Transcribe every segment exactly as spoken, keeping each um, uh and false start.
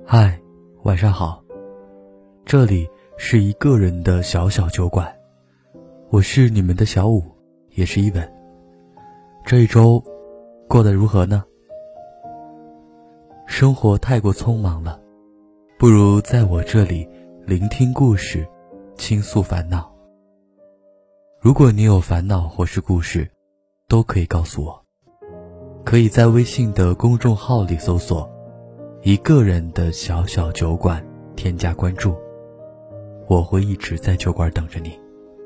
嗨，晚上好，这里是一个人的小小酒馆，我是你们的小五，也是一文。这一周过得如何呢？生活太过匆忙了，不如在我这里聆听故事，倾诉烦恼。如果你有烦恼或是故事，都可以告诉我，可以在微信的公众号里搜索一个人的小小酒馆，添加关注，我会一直在酒馆等着你。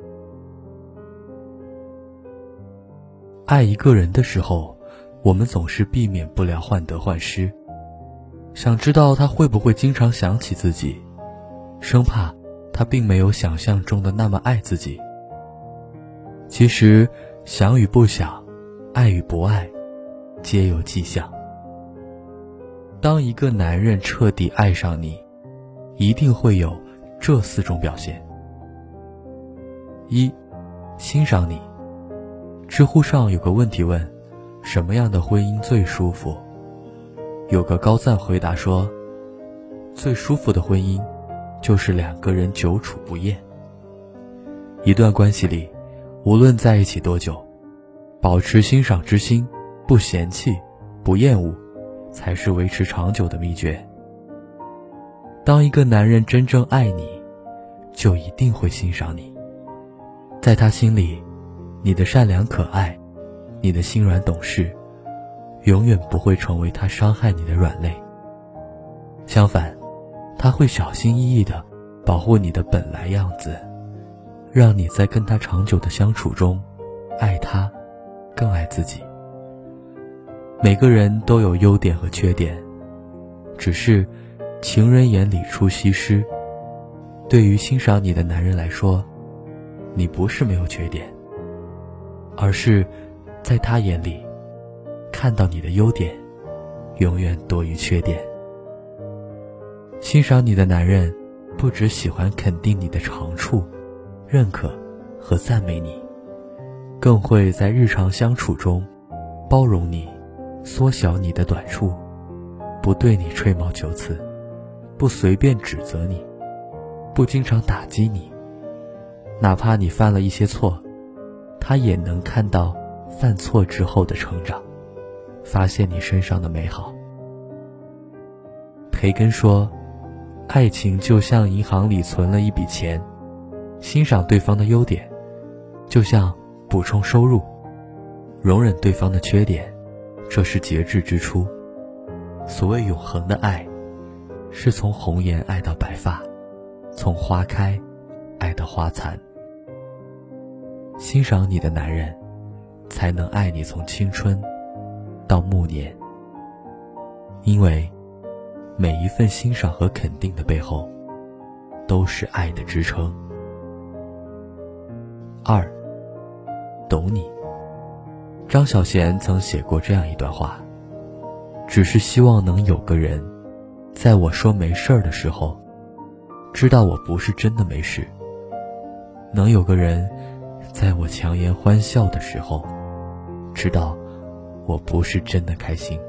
爱一个人的时候，我们总是避免不了患得患失，想知道他会不会经常想起自己，生怕他并没有想象中的那么爱自己。其实想与不想，爱与不爱，皆有迹象。当一个男人彻底爱上你，一定会有这四种表现。一、欣赏你。知乎上有个问题问，什么样的婚姻最舒服？有个高赞回答说，最舒服的婚姻就是两个人久处不厌。一段关系里，无论在一起多久，保持欣赏之心，不嫌弃，不厌恶，才是维持长久的秘诀。当一个男人真正爱你，就一定会欣赏你。在他心里，你的善良可爱，你的心软懂事，永远不会成为他伤害你的软肋。相反，他会小心翼翼地保护你的本来样子，让你在跟他长久的相处中，爱他，更爱自己。每个人都有优点和缺点，只是情人眼里出西施。对于欣赏你的男人来说，你不是没有缺点，而是在他眼里看到你的优点永远多于缺点。欣赏你的男人不只喜欢肯定你的长处，认可和赞美你，更会在日常相处中包容你，缩小你的短处，不对你吹毛求疵，不随便指责你，不经常打击你。哪怕你犯了一些错，他也能看到犯错之后的成长，发现你身上的美好。培根说，爱情就像银行里存了一笔钱，欣赏对方的优点，就像补充收入，容忍对方的缺点，这是节制之初。所谓永恒的爱，是从红颜爱到白发，从花开爱到花残。欣赏你的男人，才能爱你从青春到暮年。因为每一份欣赏和肯定的背后，都是爱的支撑。二、懂你。张小娴曾写过这样一段话，只是希望能有个人，在我说没事儿的时候，知道我不是真的没事；能有个人，在我强颜欢笑的时候，知道我不是真的开心。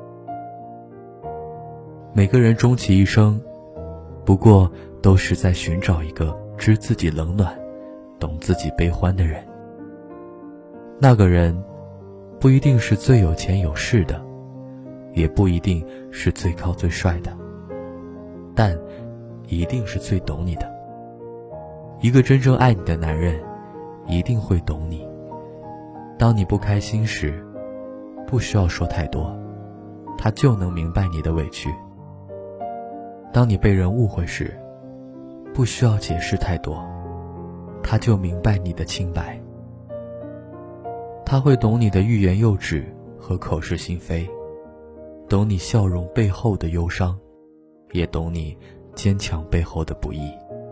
每个人终其一生，不过都是在寻找一个知自己冷暖，懂自己悲欢的人。那个人不一定是最有钱有势的，也不一定是最高最帅的，但一定是最懂你的。一个真正爱你的男人，一定会懂你。当你不开心时，不需要说太多，他就能明白你的委屈。当你被人误会时，不需要解释太多，他就明白你的清白。他会懂你的欲言又止和口是心非，懂你笑容背后的忧伤，也懂你坚强背后的不易。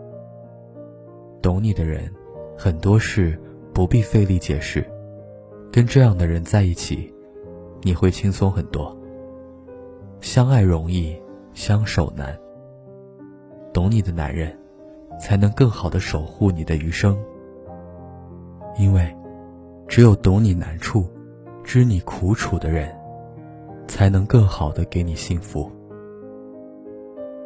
懂你的人，很多事不必费力解释，跟这样的人在一起，你会轻松很多。相爱容易，相守难。懂你的男人，才能更好地守护你的余生。因为只有懂你难处，知你苦楚的人，才能更好地给你幸福。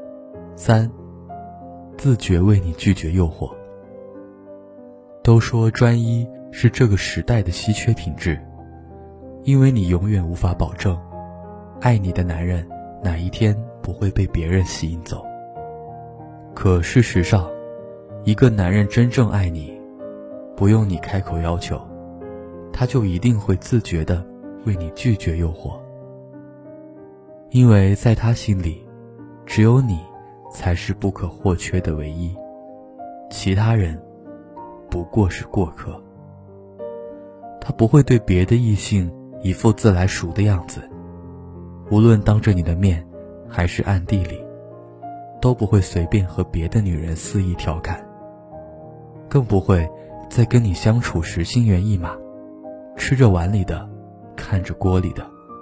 三，自觉为你拒绝诱惑。都说专一是这个时代的稀缺品质，因为你永远无法保证爱你的男人哪一天不会被别人吸引走。可事实上，一个男人真正爱你，不用你开口要求，他就一定会自觉地为你拒绝诱惑。因为在他心里，只有你才是不可或缺的唯一，其他人不过是过客。他不会对别的异性一副自来熟的样子，无论当着你的面还是暗地里，都不会随便和别的女人肆意调侃，更不会在跟你相处时心猿意马，吃着碗里的看着锅里的。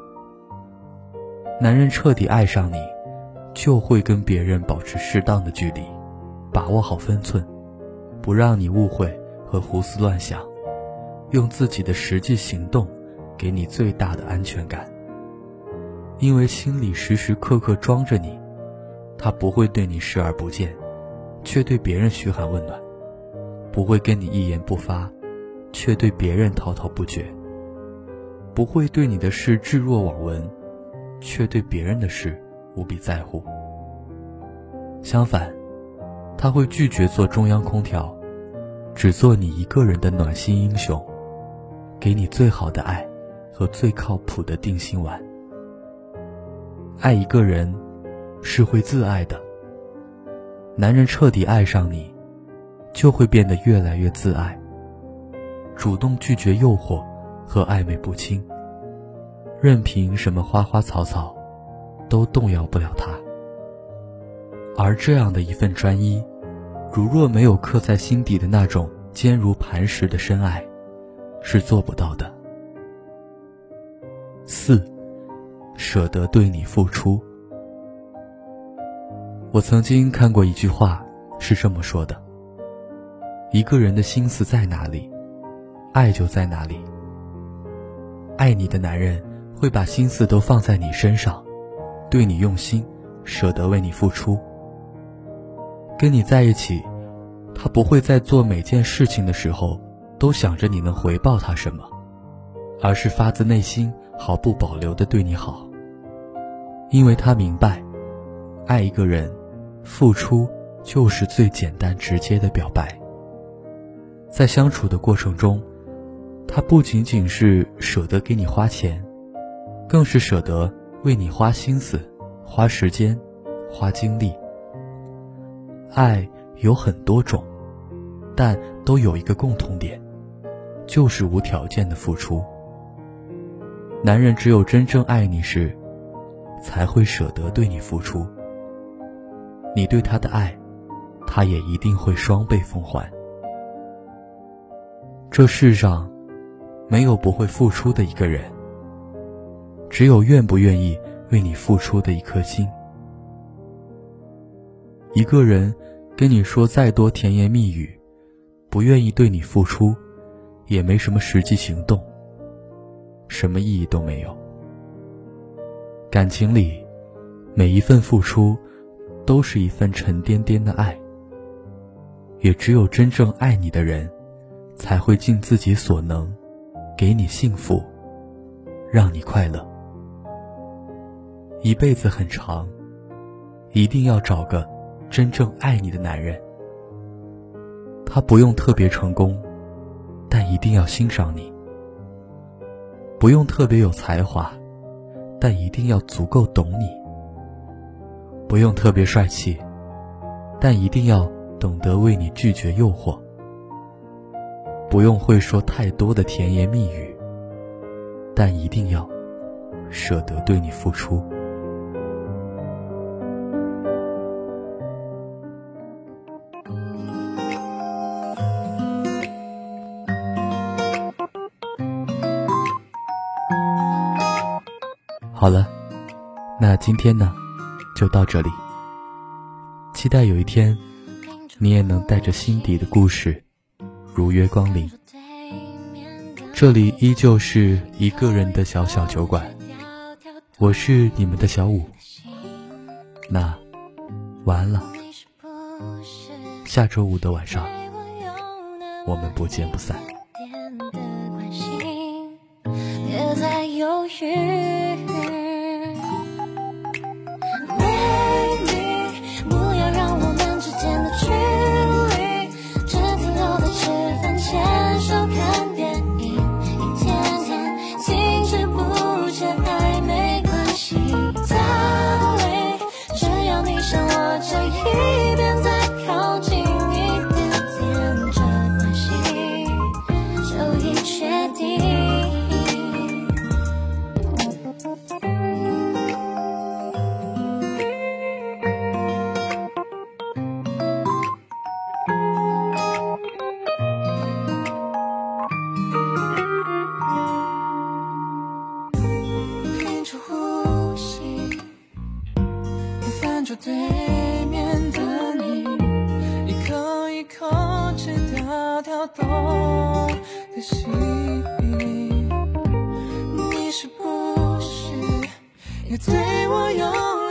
男人彻底爱上你，就会跟别人保持适当的距离，把握好分寸，不让你误会和胡思乱想，用自己的实际行动给你最大的安全感。因为心里时时刻刻装着你，他不会对你视而不见，却对别人嘘寒问暖，不会跟你一言不发，却对别人滔滔不绝，不会对你的事置若罔闻，却对别人的事无比在乎。相反，他会拒绝做中央空调，只做你一个人的暖心英雄，给你最好的爱和最靠谱的定心丸。爱一个人是会自爱的，男人彻底爱上你，就会变得越来越自爱，主动拒绝诱惑和暧昧不清，任凭什么花花草草都动摇不了他。而这样的一份专一，如若没有刻在心底的那种坚如磐石的深爱，是做不到的。四，舍得对你付出。我曾经看过一句话，是这么说的：一个人的心思在哪里，爱就在哪里。爱你的男人会把心思都放在你身上，对你用心，舍得为你付出。跟你在一起，他不会在做每件事情的时候都想着你能回报他什么，而是发自内心毫不保留地对你好。因为他明白，爱一个人，付出就是最简单直接的表白。在相处的过程中，他不仅仅是舍得给你花钱，更是舍得为你花心思、花时间、花精力。爱有很多种，但都有一个共同点，就是无条件的付出。男人只有真正爱你时，才会舍得对你付出。你对他的爱，他也一定会双倍奉还。这世上没有不会付出的一个人，只有愿不愿意为你付出的一颗心。一个人跟你说再多甜言蜜语，不愿意对你付出，也没什么实际行动，什么意义都没有。感情里，每一份付出都是一份沉甸甸的爱，也只有真正爱你的人，才会尽自己所能给你幸福，让你快乐。一辈子很长，一定要找个真正爱你的男人。他不用特别成功，但一定要欣赏你；不用特别有才华，但一定要足够懂你；不用特别帅气，但一定要懂得为你拒绝诱惑；不用会说太多的甜言蜜语，但一定要舍得对你付出。好了，那今天呢，就到这里。期待有一天，你也能带着心底的故事，如约光临。这里依旧是一个人的小小酒馆，我是你们的小五。那晚安了。 下周五的晚上，我们不见不散。 别再犹豫 Baby 不要让我们之间的距离只停留在吃饭牵手看电影，一天天停滞不前还没关系，道理只要你想我这一边再靠近一点点，这关系就已确定。屏住呼吸，别翻出对面的你，一口一口吃掉跳动的心，你是不是也对我有